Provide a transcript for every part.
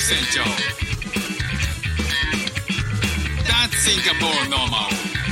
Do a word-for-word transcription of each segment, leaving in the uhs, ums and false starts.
船長 That's Singapore normal。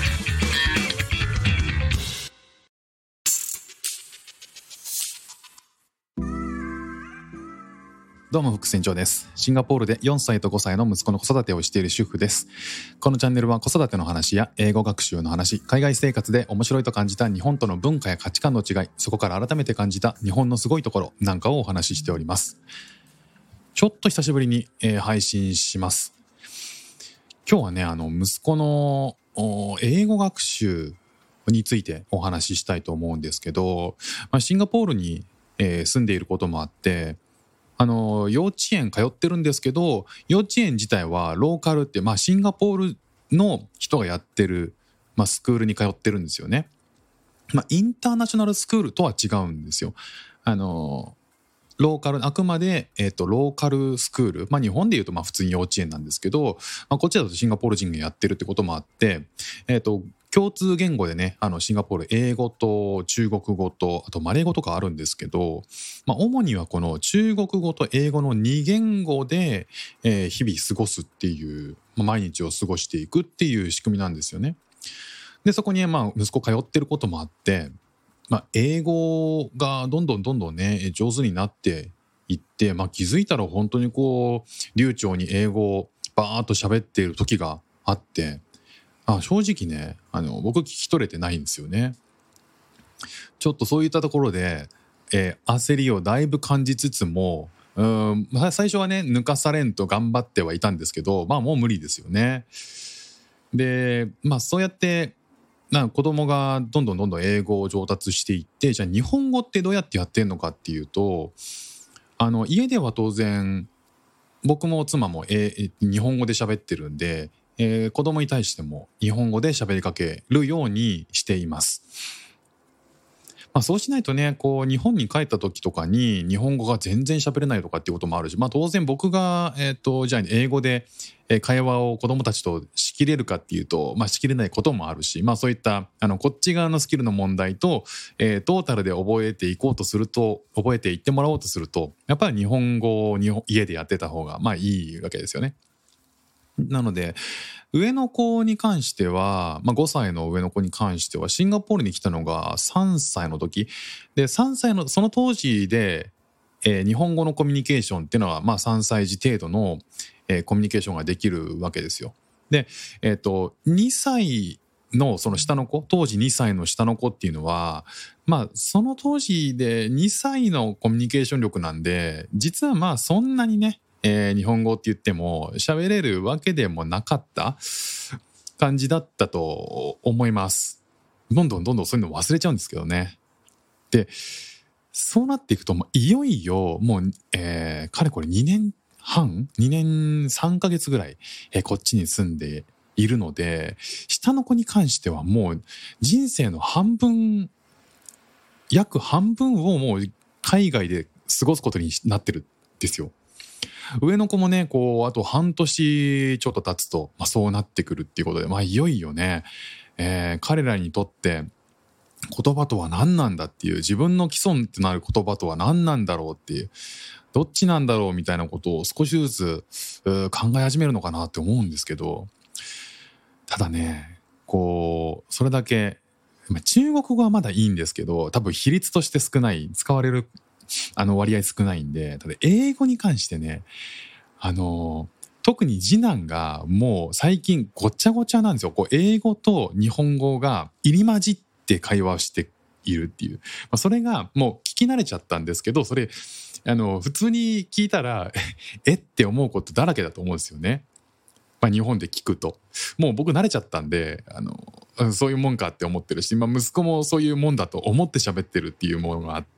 どうも副船長です。シンガポールでよんさいとごさいの息子の子育てをしている主婦です。このチャンネルは子育ての話や英語学習の話、海外生活で面白いと感じた日本との文化や価値観の違い、そこから改めて感じた日本のすごいところなんかをお話ししております。ちょっと久しぶりに、えー、配信します。今日はね、あの息子の英語学習についてお話ししたいと思うんですけど、まあ、シンガポールに、えー、住んでいることもあってあの幼稚園通ってるんですけど、幼稚園自体はローカルって、まあ、シンガポールの人がやってる、まあ、スクールに通ってるんですよね。まあ、インターナショナルスクールとは違うんですよ。あのローカル、あくまで、えーと、ローカルスクール、まあ、日本でいうとまあ普通に幼稚園なんですけど、まあ、こっちだとシンガポール人がやってるってこともあって、えーと共通言語でね、あのシンガポール英語と中国語とあとマレー語とかあるんですけど、まあ、主にはこの中国語と英語のに言語で、えー、日々過ごすっていう、まあ、毎日を過ごしていくっていう仕組みなんですよね。でそこにまあ息子通ってることもあって、まあ、英語がどんどんどんどんね上手になっていって、まあ、気づいたら本当にこう流暢に英語をバーッと喋っている時があって、あ正直ねあの僕聞き取れてないんですよね。ちょっとそういったところで、えー、焦りをだいぶ感じつつも、うーん、まあ、最初はね抜かされんと頑張ってはいたんですけど、まあもう無理ですよね。でまあそうやってなんか子供がどんどんどんどん英語を上達していって、じゃあ日本語ってどうやってやってんのかっていうと、あの家では当然僕も妻も、えー、日本語で喋ってるんで、えー、子供に対しても日本語で喋りかけるようにしています。まあ、そうしないとねこう日本に帰った時とかに日本語が全然喋れないとかっていうこともあるし、まあ、当然僕が、えー、とじゃあ英語で会話を子どもたちとしきれるかっていうと、まあ、しきれないこともあるし、まあ、そういったあのこっち側のスキルの問題と、えー、トータルで覚えていこうとすると覚えていってもらおうとするとやっぱり日本語を日本家でやってた方がまあいいわけですよね。なので上の子に関しては、まあ、ごさいの上の子に関してはシンガポールに来たのがさんさいの時で、さんさいのその当時で、えー日本語のコミュニケーションっていうのは、まあ、さんさい児程度の、えーコミュニケーションができるわけですよ。で、えーと、にさいのその下の子、当時にさいの下の子っていうのは、まあその当時でにさいのコミュニケーション力なんで、実はまあそんなにねえー、日本語って言っても喋れるわけでもなかった感じだったと思います。どんどんどんどんそういうの忘れちゃうんですけどね。でそうなっていくともういよいよもう、えー、かれこれにねんはんにねんさんかげつぐらい、えー、こっちに住んでいるので、下の子に関してはもう人生の半分約半分をもう海外で過ごすことになってるんですよ。上の子もねこうあと半年ちょっと経つと、まあ、そうなってくるっていうことで、まあ、いよいよね、えー、彼らにとって言葉とは何なんだっていう、自分の基礎ってなる言葉とは何なんだろうっていう、どっちなんだろうみたいなことを少しずつ考え始めるのかなって思うんですけど、ただねこうそれだけ中国語はまだいいんですけど、多分比率として少ない、使われるあの割合少ないんで、ただ英語に関してね、あの特に次男がもう最近ごちゃごちゃなんですよ。こう英語と日本語が入り混じって会話をしているっていう、まあ、それがもう聞き慣れちゃったんですけど、それあの普通に聞いたらえって思うことだらけだと思うんですよね。まあ、日本で聞くともう僕慣れちゃったんで、あのそういうもんかって思ってるし、まあ、息子もそういうもんだと思って喋ってるっていうものがあって、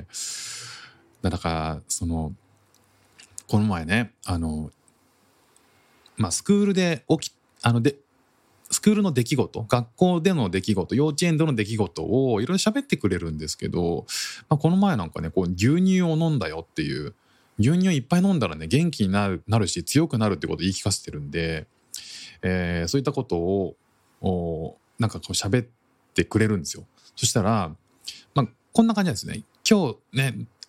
だからそのこの前ねあの、まあ、スクールで起きあのでスクールの出来事、学校での出来事、幼稚園での出来事をいろいろ喋ってくれるんですけど、まあ、この前なんかねこう牛乳を飲んだよっていう、牛乳をいっぱい飲んだらね元気になる、なるし強くなるってことを言い聞かせてるんで、えー、そういったことをなんかこう喋ってくれるんですよ。そしたら、まあ、こんな感じなんですね。今日ねあ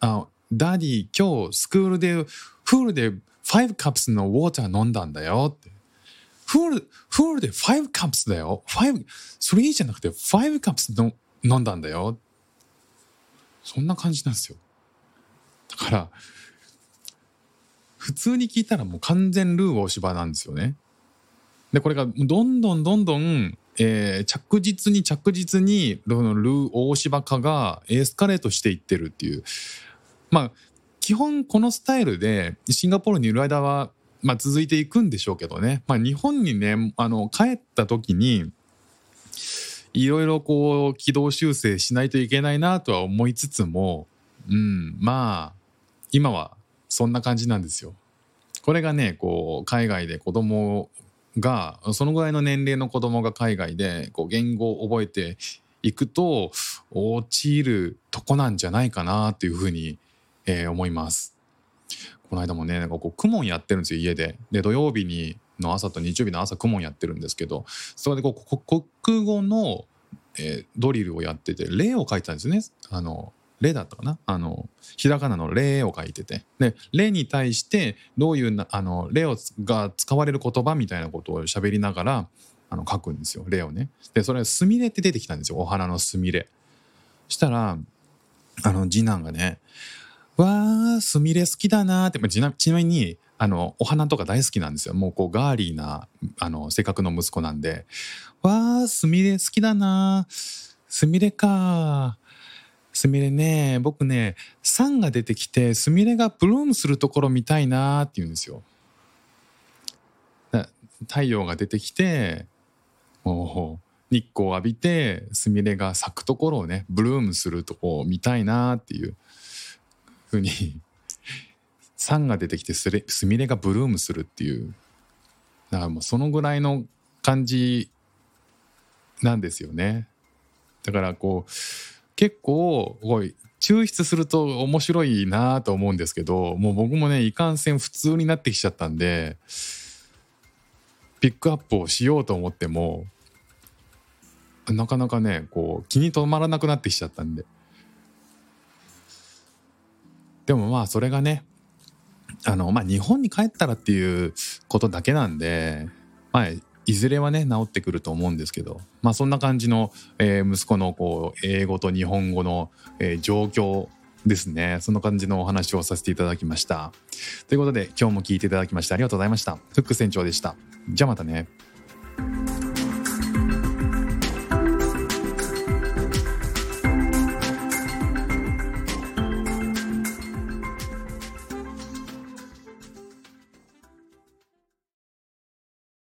ダディ今日スクールでフールでファイブカップスのウォーター飲んだんだよって。フール、フールでファイブカップスだよ。ファイブ、スリーじゃなくてファイブカップスの飲んだんだよ。そんな感じなんですよ。だから、普通に聞いたらもう完全ルー大柴なんですよね。で、これがどんどんどんどん、えー、着実に着実にルー大柴化がエスカレートしていってるっていう。まあ、基本このスタイルでシンガポールにいる間は、まあ、続いていくんでしょうけどね、まあ、日本にねあの帰った時にいろいろこう軌道修正しないといけないなとは思いつつも、うん、まあ今はそんな感じなんですよ。これがねこう海外で子供がそのぐらいの年齢の子供が海外でこう言語を覚えていくと陥るとこなんじゃないかなというふうにえー、思います。この間もねなんかこう公文やってるんですよ家で。で土曜日にの朝と日曜日の朝公文やってるんですけど、それでこう国語の、えー、ドリルをやってて例を書いてたんですね。あの例だったかな、あのひらがなの例を書いてて、で例に対してどういうなあの例をが使われる言葉みたいなことを喋りながらあの書くんですよ例をね。でそれスミレって出てきたんですよ。お花のスミレ。したらあの次男がねわースミレ好きだなーって、まあ、ちな、ちなみにあのお花とか大好きなんですよ。もうこうガーリーなあの性格の息子なんで、わースミレ好きだなー、スミレかー、スミレね僕ねサンが出てきてスミレがブルームするところ見たいなーって言うんですよ。太陽が出てきてもう日光を浴びてスミレが咲くところをねブルームするところを見たいなーっていうふうにサンが出てきてスミレがブルームするっていう、だからもうそのぐらいの感じなんですよね。だからこう結構こう抽出すると面白いなと思うんですけど、もう僕もねいかんせん普通になってきちゃったんでピックアップをしようと思ってもなかなかねこう気に留まらなくなってきちゃったんで。でもまあそれがねあの、まあ、日本に帰ったらっていうことだけなんで、まあ、いずれはね治ってくると思うんですけど、まあ、そんな感じの、えー、息子のこう英語と日本語の、えー、状況ですね。そんな感じのお話をさせていただきました。ということで今日も聞いていただきましてありがとうございました。フック船長でした。じゃあまたね。